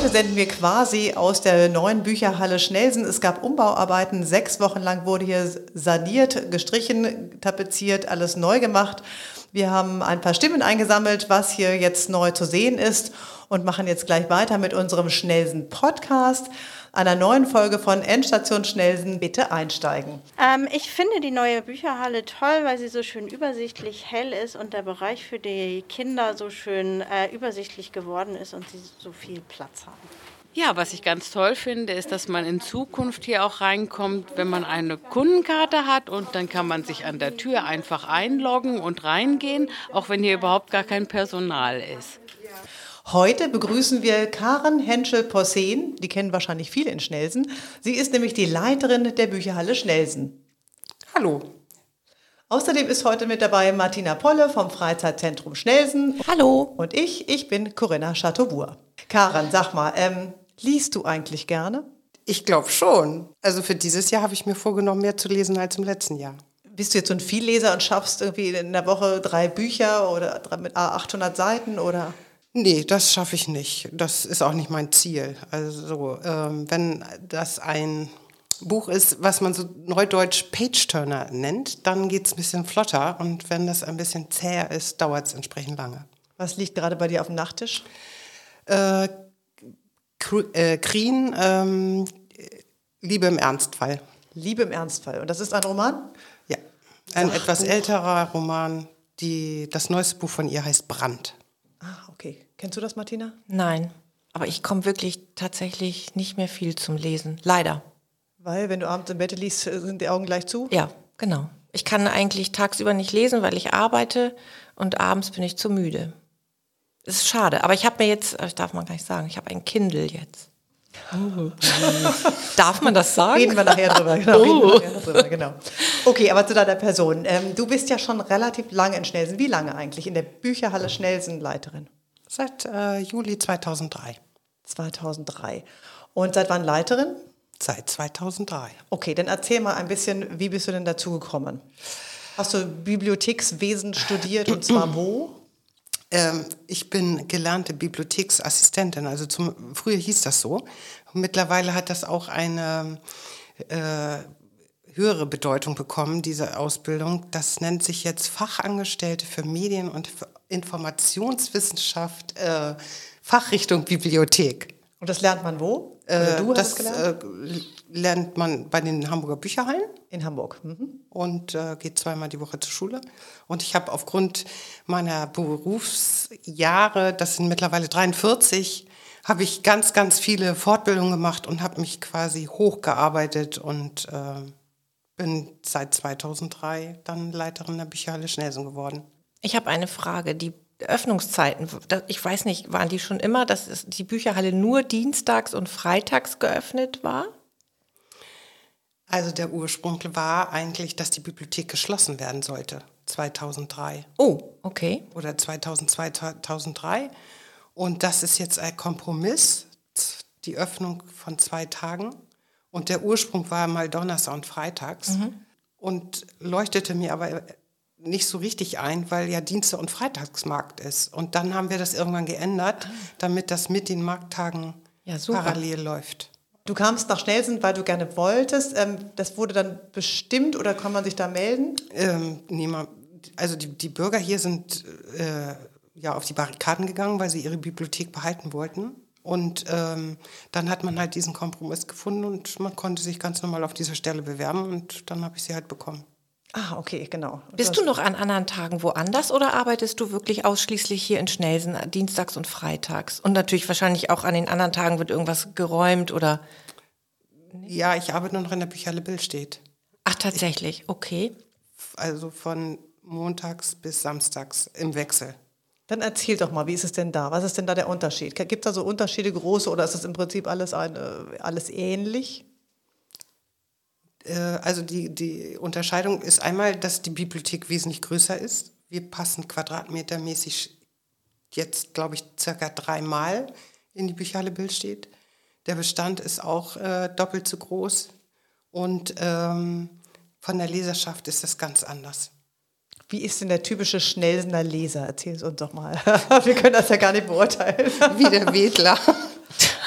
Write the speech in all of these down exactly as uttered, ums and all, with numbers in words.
Heute senden wir quasi aus der neuen Bücherhalle Schnelsen. Es gab Umbauarbeiten. Sechs Wochen lang wurde hier saniert, gestrichen, tapeziert, alles neu gemacht. Wir haben ein paar Stimmen eingesammelt, was hier jetzt neu zu sehen ist und machen jetzt gleich weiter mit unserem Schnelsen-Podcast, einer neuen Folge von Endstation Schnelsen. Bitte einsteigen. Ähm, ich finde die neue Bücherhalle toll, weil sie so schön übersichtlich hell ist und der Bereich für die Kinder so schön äh, übersichtlich geworden ist und sie so viel Platz haben. Ja, was ich ganz toll finde, ist, dass man in Zukunft hier auch reinkommt, wenn man eine Kundenkarte hat und dann kann man sich an der Tür einfach einloggen und reingehen, auch wenn hier überhaupt gar kein Personal ist. Heute begrüßen wir Karen Henschel-Posseen, die kennen wahrscheinlich viele in Schnelsen. Sie ist nämlich die Leiterin der Bücherhalle Schnelsen. Hallo. Außerdem ist heute mit dabei Martina Polle vom Freizeitzentrum Schnelsen. Hallo. Und ich, ich bin Corinna Chateaubourg. Karen, sag mal, ähm, liest du eigentlich gerne? Ich glaube schon. Also für dieses Jahr habe ich mir vorgenommen, mehr zu lesen als im letzten Jahr. Bist du jetzt so ein Vielleser und schaffst irgendwie in der Woche drei Bücher oder drei mit achthundert Seiten oder? Nee, das schaffe ich nicht. Das ist auch nicht mein Ziel. Also ähm, wenn das ein Buch ist, was man so neudeutsch Page-Turner nennt, dann geht es ein bisschen flotter. Und wenn das ein bisschen zäher ist, dauert es entsprechend lange. Was liegt gerade bei dir auf dem Nachttisch? Äh, äh, Krien, ähm, Liebe im Ernstfall. Liebe im Ernstfall. Und das ist ein Roman? Ja, ein Sachbuch. Etwas älterer Roman. Die, das neueste Buch von ihr heißt Brand. Ah, okay. Kennst du das, Martina? Nein, aber ich komme wirklich tatsächlich nicht mehr viel zum Lesen. Leider. Weil, wenn du abends im Bett liest, sind die Augen gleich zu? Ja, genau. Ich kann eigentlich tagsüber nicht lesen, weil ich arbeite und abends bin ich zu müde. Das ist schade, aber ich habe mir jetzt, das darf man gar nicht sagen, ich habe ein Kindle jetzt. Oh. Darf man das sagen? Reden wir nachher drüber. Genau, reden wir nachher drüber, genau. Okay, aber zu deiner Person. Ähm, du bist ja schon relativ lange in Schnelsen. Wie lange eigentlich? In der Bücherhalle Schnelsen Leiterin? Seit äh, Juli zweitausenddrei. zweitausenddrei. Und seit wann Leiterin? Seit zweitausenddrei. Okay, dann erzähl mal ein bisschen, wie bist du denn dazu gekommen? Hast du Bibliothekswesen studiert und zwar wo? Ähm, ich bin gelernte Bibliotheksassistentin, also zum, früher hieß das so. Mittlerweile hat das auch eine äh, höhere Bedeutung bekommen, diese Ausbildung. Das nennt sich jetzt Fachangestellte für Medien- und Informationswissenschaft, äh, Fachrichtung Bibliothek. Und das lernt man wo? Oder du das hast es gelernt? äh, lernt man bei den Hamburger Bücherhallen. In Hamburg. Mhm. Und äh, geht zweimal die Woche zur Schule. Und ich habe aufgrund meiner Berufsjahre, das sind mittlerweile dreiundvierzig, habe ich ganz, ganz viele Fortbildungen gemacht und habe mich quasi hochgearbeitet und äh, bin seit zweitausenddrei dann Leiterin der Bücherhalle Schnelsen geworden. Ich habe eine Frage. Die Öffnungszeiten, ich weiß nicht, waren die schon immer, dass die Bücherhalle nur dienstags und freitags geöffnet war? Also der Ursprung war eigentlich, dass die Bibliothek geschlossen werden sollte, zweitausenddrei. Oh, okay. Oder zweitausendzwei, zweitausenddrei. Und das ist jetzt ein Kompromiss, die Öffnung von zwei Tagen. Und der Ursprung war mal Donnerstag und Freitags. Mhm. Und leuchtete mir aber nicht so richtig ein, weil ja Dienstag- und Freitagsmarkt ist. Und dann haben wir das irgendwann geändert, damit das mit den Markttagen ja, super. parallel läuft. Du kamst nach Schnelsen, weil du gerne wolltest. Ähm, das wurde dann bestimmt oder kann man sich da melden? Ähm, nee, mal, also die, die Bürger hier sind äh, ja auf die Barrikaden gegangen, weil sie ihre Bibliothek behalten wollten. Und ähm, dann hat man halt diesen Kompromiss gefunden und man konnte sich ganz normal auf dieser Stelle bewerben und dann habe ich sie halt bekommen. Ah, okay, genau. Bist du noch an anderen Tagen woanders oder arbeitest du wirklich ausschließlich hier in Schnelsen, dienstags und freitags? Und natürlich wahrscheinlich auch an den anderen Tagen wird irgendwas geräumt oder? Ja, ich arbeite nur noch in der Bücherhalle Billstedt. Ach, tatsächlich, okay. Also von montags bis samstags im Wechsel. Dann erzähl doch mal, wie ist es denn da? Was ist denn da der Unterschied? Gibt es da so Unterschiede, große, oder ist es im Prinzip alles, eine, alles ähnlich? Also die, die Unterscheidung ist einmal, dass die Bibliothek wesentlich größer ist. Wir passen quadratmetermäßig jetzt, glaube ich, circa dreimal in die Bücherhalle Billstedt. Der Bestand ist auch äh, doppelt so groß. Und ähm, von der Leserschaft ist das ganz anders. Wie ist denn der typische Schnelsener Leser? Erzähl es uns doch mal. Wir können das ja gar nicht beurteilen. Wie der Wedler.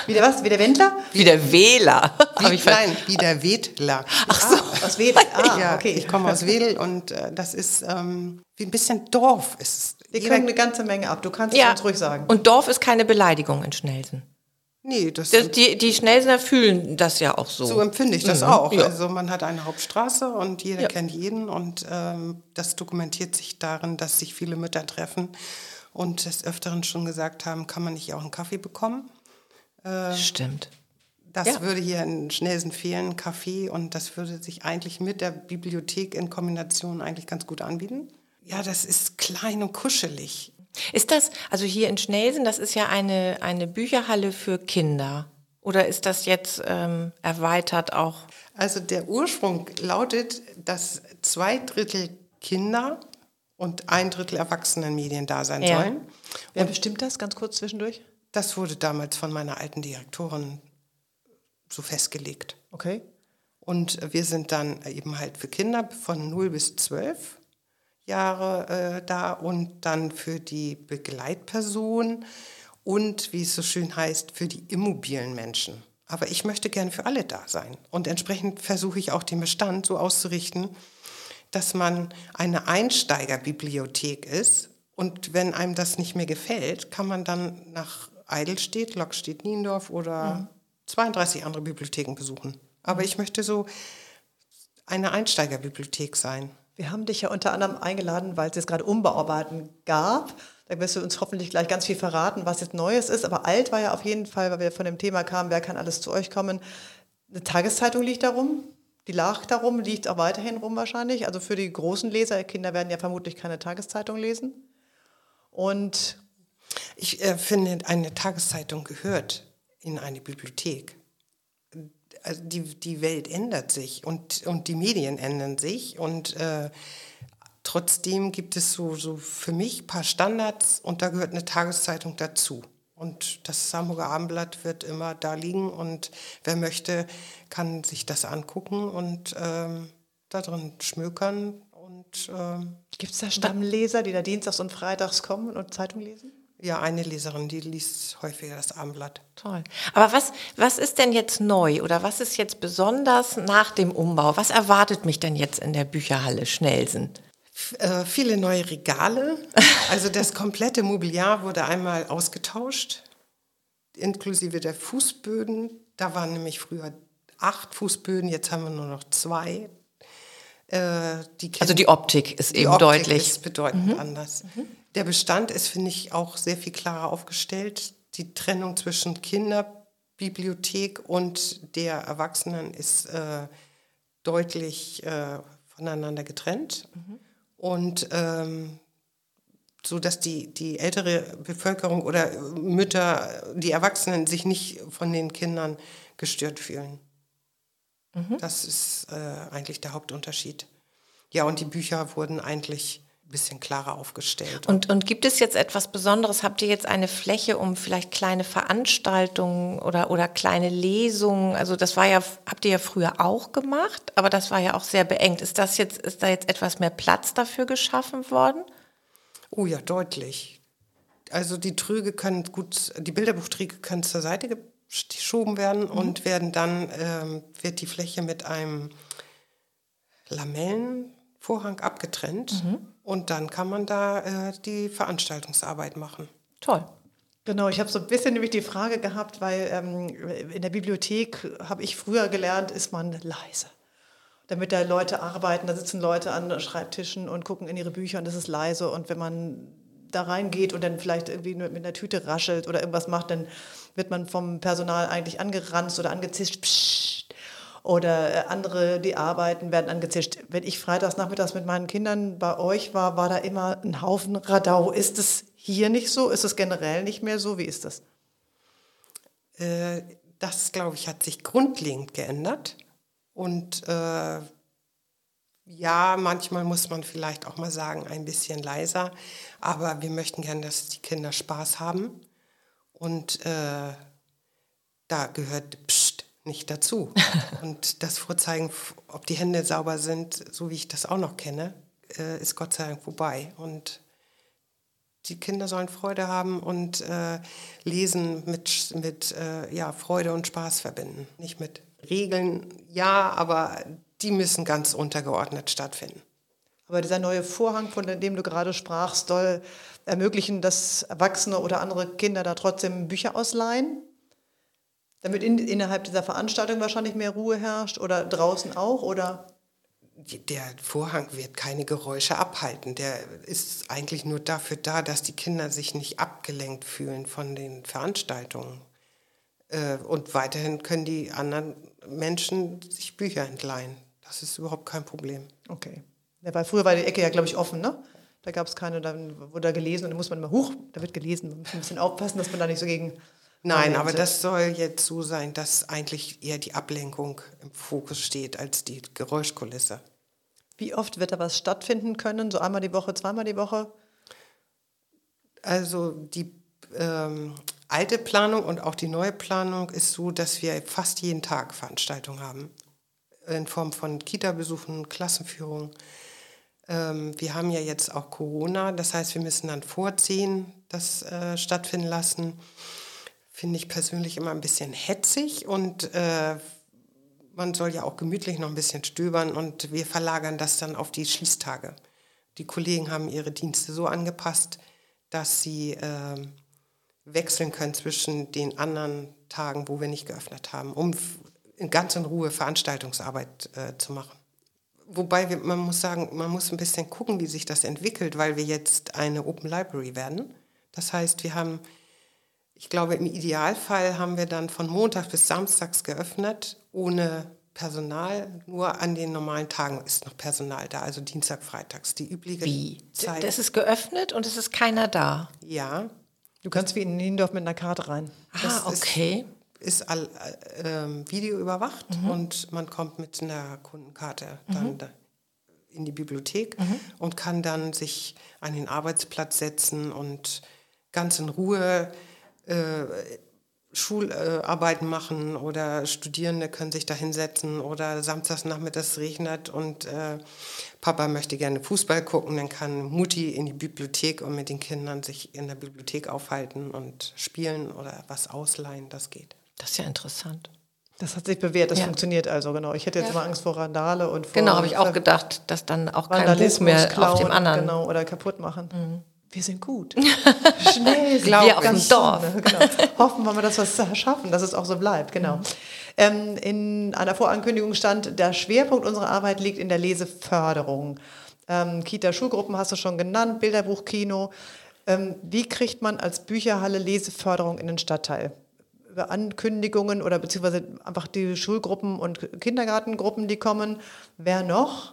Wie der was? Wie der Wendler? Wie der Wähler. Wie, ich ver- nein, wie der Wedler. Ach so. Ah, aus Wedel. Ah, ja, okay. ich komme aus Wedel und äh, das ist ähm, wie ein bisschen Dorf. Ist Wir jeder, können eine ganze Menge ab. Du kannst es Ja. uns ruhig sagen. Und Dorf ist keine Beleidigung in Schnelsen. nee, das, Das, die, die Schnellsener fühlen das ja auch so. so empfinde ich das Mhm, auch. ja. Also man hat eine Hauptstraße und jeder Ja. kennt jeden und ähm, das dokumentiert sich darin, dass sich viele Mütter treffen und des Öfteren schon gesagt haben, kann man nicht auch einen Kaffee bekommen? Stimmt. Das Ja. würde hier in Schnelsen fehlen, Kaffee, und das würde sich eigentlich mit der Bibliothek in Kombination eigentlich ganz gut anbieten. Ja, das ist klein und kuschelig. Ist das, also hier in Schnelsen, das ist ja eine, eine Bücherhalle für Kinder. Oder ist das jetzt ähm, erweitert auch? Also der Ursprung lautet, dass zwei Drittel Kinder und ein Drittel Erwachsenenmedien da sein Ja. sollen. Wer bestimmt das? Ganz kurz zwischendurch. Das wurde damals von meiner alten Direktorin so festgelegt. Okay. Und wir sind dann eben halt für Kinder von null bis zwölf Jahre äh, da und dann für die Begleitperson und, wie es so schön heißt, für die immobilen Menschen. Aber ich möchte gerne für alle da sein. Und entsprechend versuche ich auch den Bestand so auszurichten, dass man eine Einsteigerbibliothek ist. Und wenn einem das nicht mehr gefällt, kann man dann nach Eidelstedt, Lockstedt, Niendorf oder mhm. zweiunddreißig andere Bibliotheken besuchen. Aber ich möchte so eine Einsteigerbibliothek sein. Wir haben dich ja unter anderem eingeladen, weil es jetzt gerade Umbauarbeiten gab. Da wirst du uns hoffentlich gleich ganz viel verraten, was jetzt Neues ist. Aber alt war ja auf jeden Fall, weil wir von dem Thema kamen, wer kann alles zu euch kommen. Eine Tageszeitung liegt da rum. Die lag da rum, liegt auch weiterhin rum wahrscheinlich. Also für die großen Leser, Kinder werden ja vermutlich keine Tageszeitung lesen. Und ich äh, finde, eine Tageszeitung gehört in eine Bibliothek. Also die, die Welt ändert sich und, und die Medien ändern sich und äh, trotzdem gibt es so, so für mich ein paar Standards und da gehört eine Tageszeitung dazu. Und das Hamburger Abendblatt wird immer da liegen und wer möchte, kann sich das angucken und ähm, da drin schmökern. Und ähm, gibt es da Stammleser, die da dienstags und freitags kommen und Zeitung lesen? Ja, eine Leserin, die liest häufiger das Abendblatt. Toll. Aber was, was ist denn jetzt neu oder was ist jetzt besonders nach dem Umbau? Was erwartet mich denn jetzt in der Bücherhalle Schnelsen? F- äh, viele neue Regale. Also das komplette Mobiliar wurde einmal ausgetauscht, inklusive der Fußböden. Da waren nämlich früher acht Fußböden, jetzt haben wir nur noch zwei. Äh, die Also die Optik ist die eben Optik deutlich. ist bedeutend mhm. anders. Mhm. Der Bestand ist, finde ich, auch sehr viel klarer aufgestellt. Die Trennung zwischen Kinderbibliothek und der Erwachsenen ist äh, deutlich äh, voneinander getrennt. Mhm. Und ähm, so, dass die, die ältere Bevölkerung oder Mütter, die Erwachsenen, sich nicht von den Kindern gestört fühlen. Mhm. Das ist äh, eigentlich der Hauptunterschied. Ja, und die Bücher wurden eigentlich ein bisschen klarer aufgestellt. Und, und gibt es jetzt etwas Besonderes? Habt ihr jetzt eine Fläche, um vielleicht kleine Veranstaltungen oder, oder kleine Lesungen? Also das war ja, habt ihr ja früher auch gemacht, aber das war ja auch sehr beengt. Ist das jetzt, ist da jetzt etwas mehr Platz dafür geschaffen worden? Oh ja, deutlich. Also die Trüge können gut, die Bilderbuchtrüge können zur Seite geschoben werden mhm. und werden dann, ähm, wird die Fläche mit einem Lamellenvorhang abgetrennt. Mhm. Und dann kann man da äh, die Veranstaltungsarbeit machen. Toll. Genau, ich habe so ein bisschen nämlich die Frage gehabt, weil ähm, in der Bibliothek habe ich früher gelernt, ist man leise. Damit da Leute arbeiten, da sitzen Leute an Schreibtischen und gucken in ihre Bücher und es ist leise. Und wenn man da reingeht und dann vielleicht irgendwie mit einer Tüte raschelt oder irgendwas macht, dann wird man vom Personal eigentlich angeranzt oder angezischt. Psst. Oder andere, die arbeiten, werden angezischt. Wenn ich freitags nachmittags mit meinen Kindern bei euch war, war da immer ein Haufen Radau. Ist es hier nicht so? Ist es generell nicht mehr so? Wie ist das? Äh, das, glaube ich, hat sich grundlegend geändert. Und äh, ja, manchmal muss man vielleicht auch mal sagen, ein bisschen leiser. Aber wir möchten gerne, dass die Kinder Spaß haben. Und äh, da gehört Psst nicht dazu. Und das Vorzeigen, ob die Hände sauber sind, so wie ich das auch noch kenne, äh, ist Gott sei Dank vorbei. Und Die Kinder sollen Freude haben und äh, Lesen mit, mit äh, ja, Freude und Spaß verbinden. Nicht mit Regeln, ja, aber die müssen ganz untergeordnet stattfinden. Aber dieser neue Vorhang, von dem du gerade sprachst, soll ermöglichen, dass Erwachsene oder andere Kinder da trotzdem Bücher ausleihen? Damit in, innerhalb dieser Veranstaltung wahrscheinlich mehr Ruhe herrscht oder draußen auch, oder? Der Vorhang wird keine Geräusche abhalten. Der ist eigentlich nur dafür da, dass die Kinder sich nicht abgelenkt fühlen von den Veranstaltungen. Und weiterhin können die anderen Menschen sich Bücher entleihen. Das ist überhaupt kein Problem. Okay. Ja, weil früher war die Ecke ja, glaube ich, offen, ne? Da gab es keine, da wurde da gelesen und dann muss man immer, huch, da wird gelesen. Man muss ein bisschen aufpassen, dass man da nicht so gegen... Nein, aber das soll jetzt so sein, dass eigentlich eher die Ablenkung im Fokus steht als die Geräuschkulisse. Wie oft wird da was stattfinden können? So einmal die Woche, zweimal die Woche? Also die ähm, alte Planung und auch die neue Planung ist so, dass wir fast jeden Tag Veranstaltungen haben. In Form von Kita-Besuchen, Klassenführungen. Ähm, wir haben ja jetzt auch Corona, das heißt, wir müssen dann vorziehen, das äh, stattfinden lassen. Finde ich persönlich immer ein bisschen hetzig und äh, man soll ja auch gemütlich noch ein bisschen stöbern und wir verlagern das dann auf die Schließtage. Die Kollegen haben ihre Dienste so angepasst, dass sie äh, wechseln können zwischen den anderen Tagen, wo wir nicht geöffnet haben, um in ganz in Ruhe Veranstaltungsarbeit äh, zu machen. Wobei wir, man muss sagen, man muss ein bisschen gucken, wie sich das entwickelt, weil wir jetzt eine Open Library werden. Das heißt, wir haben Ich glaube, im Idealfall haben wir dann von Montag bis Samstags geöffnet, ohne Personal. Nur an den normalen Tagen ist noch Personal da, also Dienstag, Freitags, die übliche Wie? Zeit. Das ist geöffnet und es ist keiner da? Ja. Du kannst wie in Niendorf mit einer Karte rein. Ah, okay. Ist, ist all, äh, Video überwacht mhm. und man kommt mit einer Kundenkarte dann mhm. da in die Bibliothek mhm. und kann dann sich an den Arbeitsplatz setzen und ganz in Ruhe Äh, Schularbeiten machen oder Studierende können sich da hinsetzen oder samstags nachmittags regnet und äh, Papa möchte gerne Fußball gucken, dann kann Mutti in die Bibliothek und mit den Kindern sich in der Bibliothek aufhalten und spielen oder was ausleihen, das geht. Das ist ja interessant. Das hat sich bewährt, das ja. funktioniert also, genau. Ich hätte jetzt ja. immer Angst vor Randale und vor... Genau, habe ich auch gedacht, dass dann auch kein Buch mehr klauen, auf dem anderen... Genau, oder kaputt machen. Mhm. Wir sind gut. Schnell, glauben wir auf dem Dorf. Genau. Hoffen wir mal, dass wir es schaffen, dass es auch so bleibt. Genau. Mhm. Ähm, in einer Vorankündigung stand, der Schwerpunkt unserer Arbeit liegt in der Leseförderung. Ähm, Kita-Schulgruppen hast du schon genannt, Bilderbuch, Kino. Ähm, wie kriegt man als Bücherhalle Leseförderung in den Stadtteil? Über Ankündigungen oder beziehungsweise einfach die Schulgruppen und Kindergartengruppen, die kommen. Wer noch?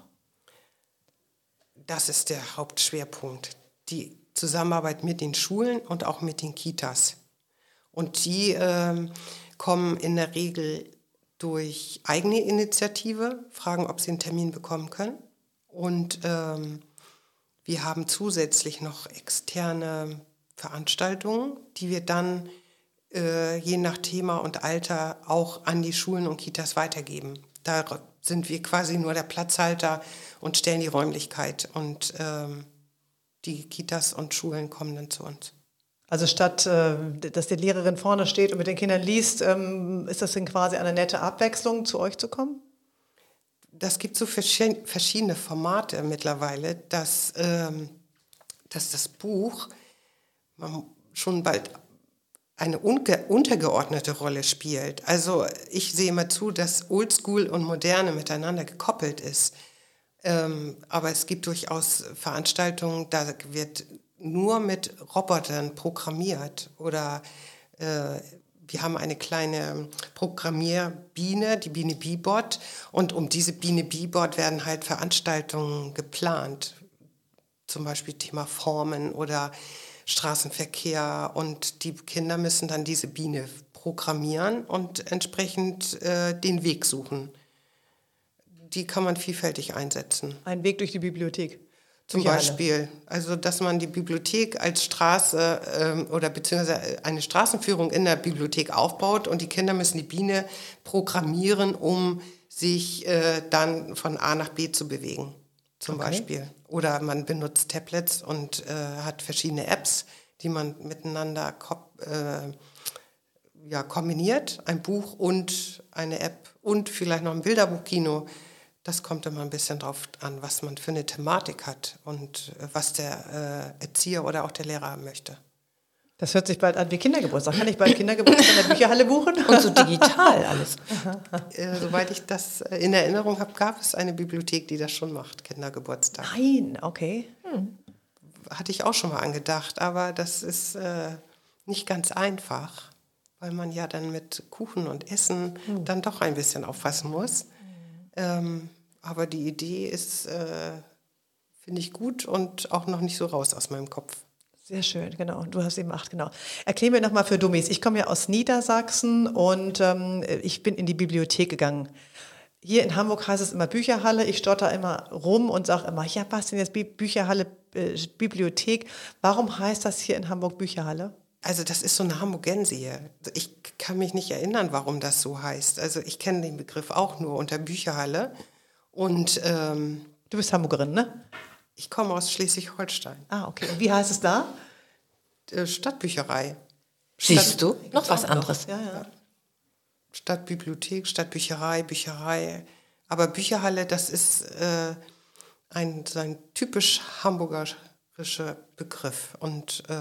Das ist der Hauptschwerpunkt. Die Zusammenarbeit mit den Schulen und auch mit den Kitas. Und die ähm, kommen in der Regel durch eigene Initiative, fragen, ob sie einen Termin bekommen können. Und ähm, wir haben zusätzlich noch externe Veranstaltungen, die wir dann äh, je nach Thema und Alter auch an die Schulen und Kitas weitergeben. Da sind wir quasi nur der Platzhalter und stellen die Räumlichkeit und ähm, die Kitas und Schulen kommen dann zu uns. Also statt, dass die Lehrerin vorne steht und mit den Kindern liest, ist das dann quasi eine nette Abwechslung, zu euch zu kommen? Das gibt so verschiedene Formate mittlerweile, dass, dass das Buch schon bald eine untergeordnete Rolle spielt. Also ich sehe immer zu, dass Oldschool und Moderne miteinander gekoppelt ist. Ähm, aber es gibt durchaus Veranstaltungen, da wird nur mit Robotern programmiert. Oder äh, wir haben eine kleine Programmierbiene, die Biene Bibot. Und um diese Biene Bibot werden halt Veranstaltungen geplant. Zum Beispiel Thema Formen oder Straßenverkehr. Und die Kinder müssen dann diese Biene programmieren und entsprechend äh, den Weg suchen. Die kann man vielfältig einsetzen. Ein Weg durch die Bibliothek? Zum Beispiel. Also, dass man die Bibliothek als Straße ähm, oder beziehungsweise eine Straßenführung in der Bibliothek aufbaut und die Kinder müssen die Biene programmieren, um sich äh, dann von A nach B zu bewegen. zum Okay. Beispiel. Oder man benutzt Tablets und äh, hat verschiedene Apps, die man miteinander ko- äh, ja, kombiniert. Ein Buch und eine App und vielleicht noch ein Bilderbuchkino. Das kommt immer ein bisschen drauf an, was man für eine Thematik hat und äh, was der äh, Erzieher oder auch der Lehrer haben möchte. Das hört sich bald an wie Kindergeburtstag. Kann ich bald Kindergeburtstag in der Bücherhalle buchen? Und so digital alles. Äh, soweit ich das äh, in Erinnerung habe, gab es eine Bibliothek, die das schon macht, Kindergeburtstag. Nein, okay. Hatte ich auch schon mal angedacht, aber das ist äh, nicht ganz einfach, weil man ja dann mit Kuchen und Essen dann doch ein bisschen aufpassen muss. Ähm, aber die Idee ist, äh, finde ich gut und auch noch nicht so raus aus meinem Kopf. Sehr schön, genau. Du hast eben acht, genau. Erklär mir nochmal für Dummies. Ich komme ja aus Niedersachsen und ähm, ich bin in die Bibliothek gegangen. Hier in Hamburg heißt es immer Bücherhalle. Ich stotter immer rum und sage immer, ja, was denn jetzt Bi- Bücherhalle, äh, Bibliothek? Warum heißt das hier in Hamburg Bücherhalle? Also das ist so eine Hamburgensie. Ich kann mich nicht erinnern, warum das so heißt. Also ich kenne den Begriff auch nur unter Bücherhalle. Und ähm, Du bist Hamburgerin, ne? ich komme aus Schleswig-Holstein. Ah, okay. Und wie heißt es da? Äh, Stadtbücherei. Siehst du? Noch was anderes. Ja, ja. Stadtbibliothek, Stadtbücherei, Bücherei. Aber Bücherhalle, das ist äh, ein, so ein typisch hamburgerischer Begriff. Und äh,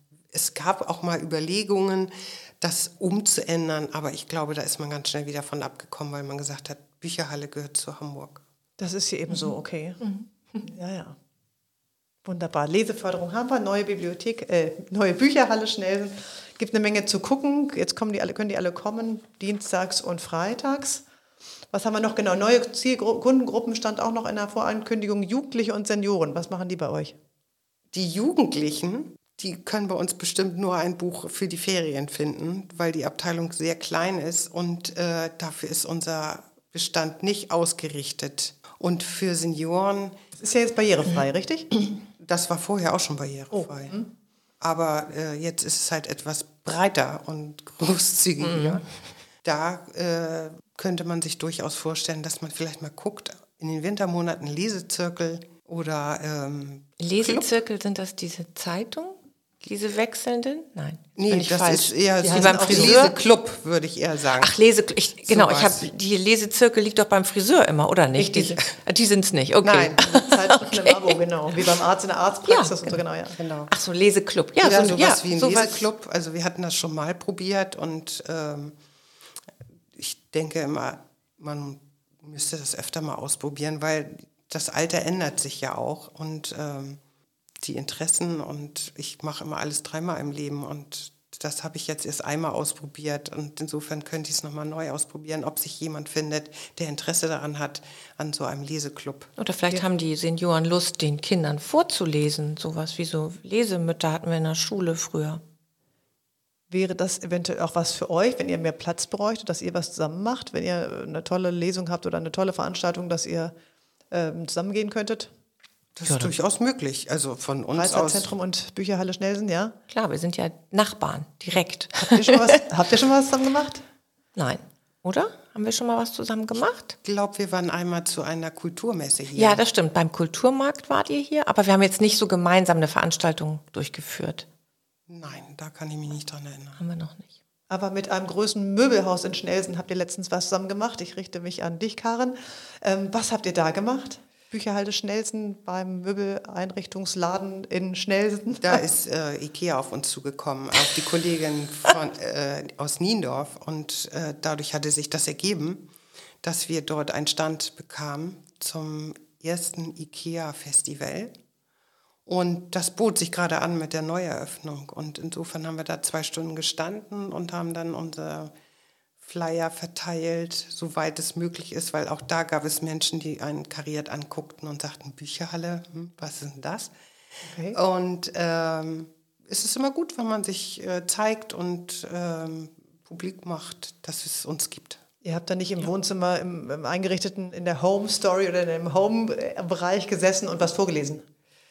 es gab auch mal Überlegungen, das umzuändern. Aber ich glaube, da ist man ganz schnell wieder von abgekommen, weil man gesagt hat, Bücherhalle gehört zu Hamburg. Das ist hier eben so, okay. Ja, ja. Wunderbar. Leseförderung haben wir, neue Bibliothek, äh, neue Bücherhalle Schnelsen. Gibt eine Menge zu gucken. Jetzt kommen die alle, können die alle kommen, dienstags und freitags. Was haben wir noch genau? Neue Zielkundengruppen stand auch noch in der Vorankündigung. Jugendliche und Senioren. Was machen die bei euch? Die Jugendlichen, die können bei uns bestimmt nur ein Buch für die Ferien finden, weil die Abteilung sehr klein ist und äh, dafür ist unser Bestand nicht ausgerichtet. Und für Senioren, Das ist ja jetzt barrierefrei, richtig? das war vorher auch schon barrierefrei. Oh, Aber äh, jetzt ist es halt etwas breiter und großzügiger. Da äh, könnte man sich durchaus vorstellen, dass man vielleicht mal guckt, in den Wintermonaten Lesezirkel oder ähm, Lesezirkel, sind das diese Zeitungen? Diese wechselnden? Nein. nee, bin ich das falsch. ist eher Die so heißen ein auch Friseur? Leseclub, würde ich eher sagen. Ach, Lese, ich, genau, ich Sowas. habe die Lesezirkel liegt doch beim Friseur immer, oder nicht? Richtig. Diese, die sind es nicht, okay. Nein. Zeitschriften im Abo, genau. Wie beim Arzt in der Arztpraxis Ja, und so, genau, ja. Genau. Ach so, Leseclub. Ja, Ja, so, sowas ja, wie ein sowas. Leseclub. Also wir hatten das schon mal probiert und ähm, ich denke immer, man müsste das öfter mal ausprobieren, weil das Alter ändert sich ja auch und ähm, die Interessen und ich mache immer alles dreimal im Leben und das habe ich jetzt erst einmal ausprobiert und insofern könnte ich es nochmal neu ausprobieren, ob sich jemand findet, der Interesse daran hat, an so einem Leseclub. Oder vielleicht haben die Senioren Lust, den Kindern vorzulesen. Sowas wie so Lesemütter hatten wir in der Schule früher. Wäre das eventuell auch was für euch, wenn ihr mehr Platz bräuchtet, dass ihr was zusammen macht, wenn ihr eine tolle Lesung habt oder eine tolle Veranstaltung, dass ihr ähm, zusammengehen könntet? Das ist durchaus möglich. Also von uns aus. Freizeitzentrum und Bücherhalle Schnelsen, ja? Klar, wir sind ja Nachbarn, direkt. Habt ihr schon was, habt ihr schon was zusammen gemacht? Nein, oder? Haben wir schon mal was zusammen gemacht? Ich glaube, wir waren einmal zu einer Kulturmesse hier. Ja, das stimmt. Beim Kulturmarkt wart ihr hier, aber wir haben jetzt nicht so gemeinsam eine Veranstaltung durchgeführt. Nein, da kann ich mich nicht dran erinnern. Haben wir noch nicht. Aber mit einem größeren Möbelhaus in Schnelsen habt ihr letztens was zusammen gemacht. Ich richte mich an dich, Karen. Ähm, was habt ihr da gemacht? Bücherhalle Schnelsen beim Möbeleinrichtungsladen in Schnelsen. Da ist äh, Ikea auf uns zugekommen, auch die Kollegin von, äh, aus Niendorf. Und äh, dadurch hatte sich das ergeben, dass wir dort einen Stand bekamen zum ersten Ikea-Festival. Und das bot sich gerade an mit der Neueröffnung. Und insofern haben wir da zwei Stunden gestanden und haben dann unser Flyer verteilt, soweit es möglich ist, weil auch da gab es Menschen, die einen kariert anguckten und sagten, Bücherhalle, hm, was ist denn das? Okay. Und ähm, es ist immer gut, wenn man sich äh, zeigt und ähm, publik macht, dass es uns gibt. Ihr habt da nicht im Wohnzimmer, im, im eingerichteten, in der Home Story oder im Home-Bereich gesessen und was vorgelesen?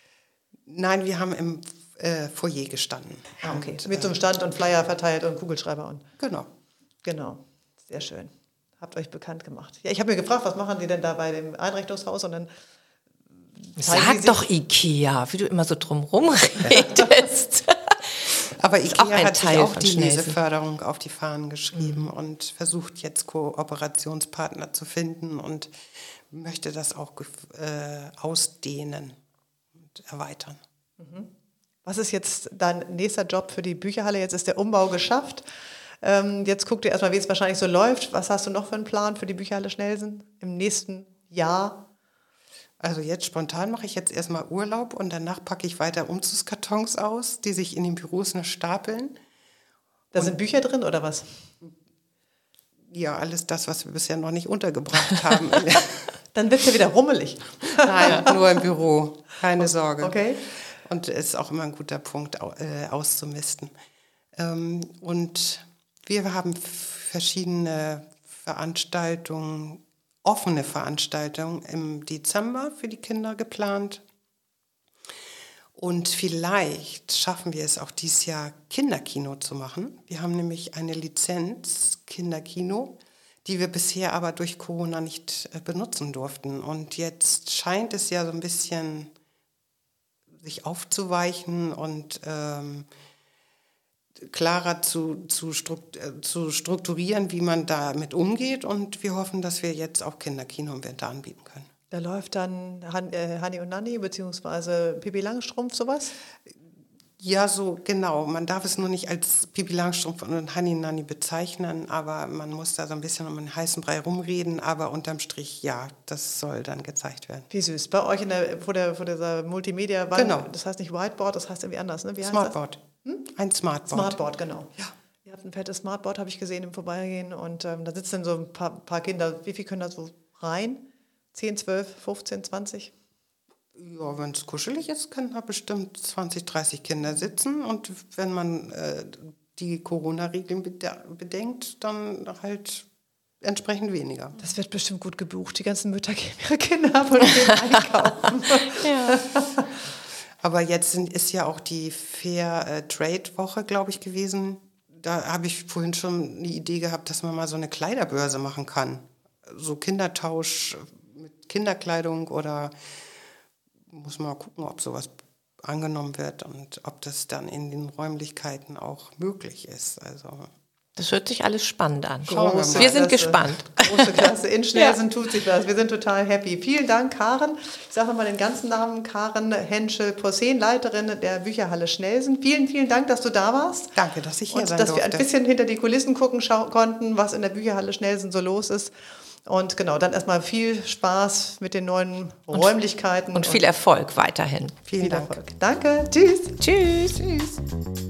Nein, wir haben im äh, Foyer gestanden. Ah, okay. Und, Mit so einem äh, Stand und Flyer verteilt und Kugelschreiber und. Genau. Genau, sehr schön. Habt euch bekannt gemacht. Ja, ich habe mir gefragt, was machen die denn da bei dem Einrichtungshaus? Und dann Sag doch Ikea, wie du immer so drumrum redest. Aber auch Ikea ein hat sich Teil auch von die Schnellsen. Leseförderung auf die Fahnen geschrieben und versucht jetzt Kooperationspartner zu finden und möchte das auch äh, ausdehnen und erweitern. Was ist jetzt dein nächster Job für die Bücherhalle? Jetzt ist der Umbau geschafft. Ähm, jetzt guck dir erstmal, wie es wahrscheinlich so läuft. Was hast du noch für einen Plan für die Bücherhalle Schnellsen im nächsten Jahr? Also jetzt spontan mache ich jetzt erstmal Urlaub und danach packe ich weiter Umzugskartons aus, die sich in den Büros noch stapeln. Da sind Bücher drin oder was? Ja, alles das, was wir bisher noch nicht untergebracht haben. Dann wird es ja wieder rummelig. Nein, nur im Büro, keine Sorge. Okay. Und es ist auch immer ein guter Punkt, äh, auszumisten. Ähm, und wir haben verschiedene Veranstaltungen, offene Veranstaltungen im Dezember für die Kinder geplant. Und vielleicht schaffen wir es auch dieses Jahr, Kinderkino zu machen. Wir haben nämlich eine Lizenz Kinderkino, die wir bisher aber durch Corona nicht äh, benutzen durften. Und jetzt scheint es ja so ein bisschen sich aufzuweichen und ähm, klarer zu, zu, strukt, äh, zu strukturieren, wie man damit umgeht. Und wir hoffen, dass wir jetzt auch Kinderkino im Winter anbieten können. Da läuft dann Han, äh, Hanni und Nanni beziehungsweise Pippi Langstrumpf, sowas? Ja, so genau. Man darf es nur nicht als Pippi Langstrumpf und Hanni und Nanni bezeichnen, aber man muss da so ein bisschen um den heißen Brei rumreden. Aber unterm Strich, ja, das soll dann gezeigt werden. Wie süß. Bei euch in der, vor, der, vor dieser Multimedia, Genau. Das heißt nicht Whiteboard, das heißt irgendwie anders, ne? Wie heißt Smartboard. Hm? Ein Smartboard. Smartboard, genau. Ja. Ihr habt ein fettes Smartboard, habe ich gesehen im Vorbeigehen. Und ähm, da sitzen so ein paar, paar Kinder. Wie viel können da so rein? zehn, zwölf, fünfzehn, zwanzig? Ja, wenn es kuschelig ist, können da bestimmt zwanzig, dreißig Kinder sitzen. Und wenn man äh, die Corona-Regeln bede- bedenkt, dann halt entsprechend weniger. Das wird bestimmt gut gebucht. Die ganzen Mütter geben ihre Kinder ab und gehen einkaufen. Ja. Aber jetzt sind, ist ja auch die Fair äh, Trade-Woche, glaube ich, gewesen. Da habe ich vorhin schon eine Idee gehabt, dass man mal so eine Kleiderbörse machen kann. So Kindertausch mit Kinderkleidung oder muss man mal gucken, ob sowas angenommen wird und ob das dann in den Räumlichkeiten auch möglich ist. Also Das hört sich alles spannend an. Schauen wir mal. Wir sind Klasse. gespannt. Große Klasse. In Schnellsen tut sich was. Wir sind total happy. Vielen Dank, Karen. Ich sage nochmal den ganzen Namen. Karen Henschel-Posen, Leiterin der Bücherhalle Schnellsen. Vielen, vielen Dank, dass du da warst. danke, dass ich hier Und sein dass durfte. wir ein bisschen hinter die Kulissen gucken schau- konnten, was in der Bücherhalle Schnellsen so los ist. Und genau, dann erstmal viel Spaß mit den neuen Räumlichkeiten. Und viel Erfolg weiterhin. Vielen viel Dank. Erfolg. Danke. Tschüss. Tschüss. Tschüss.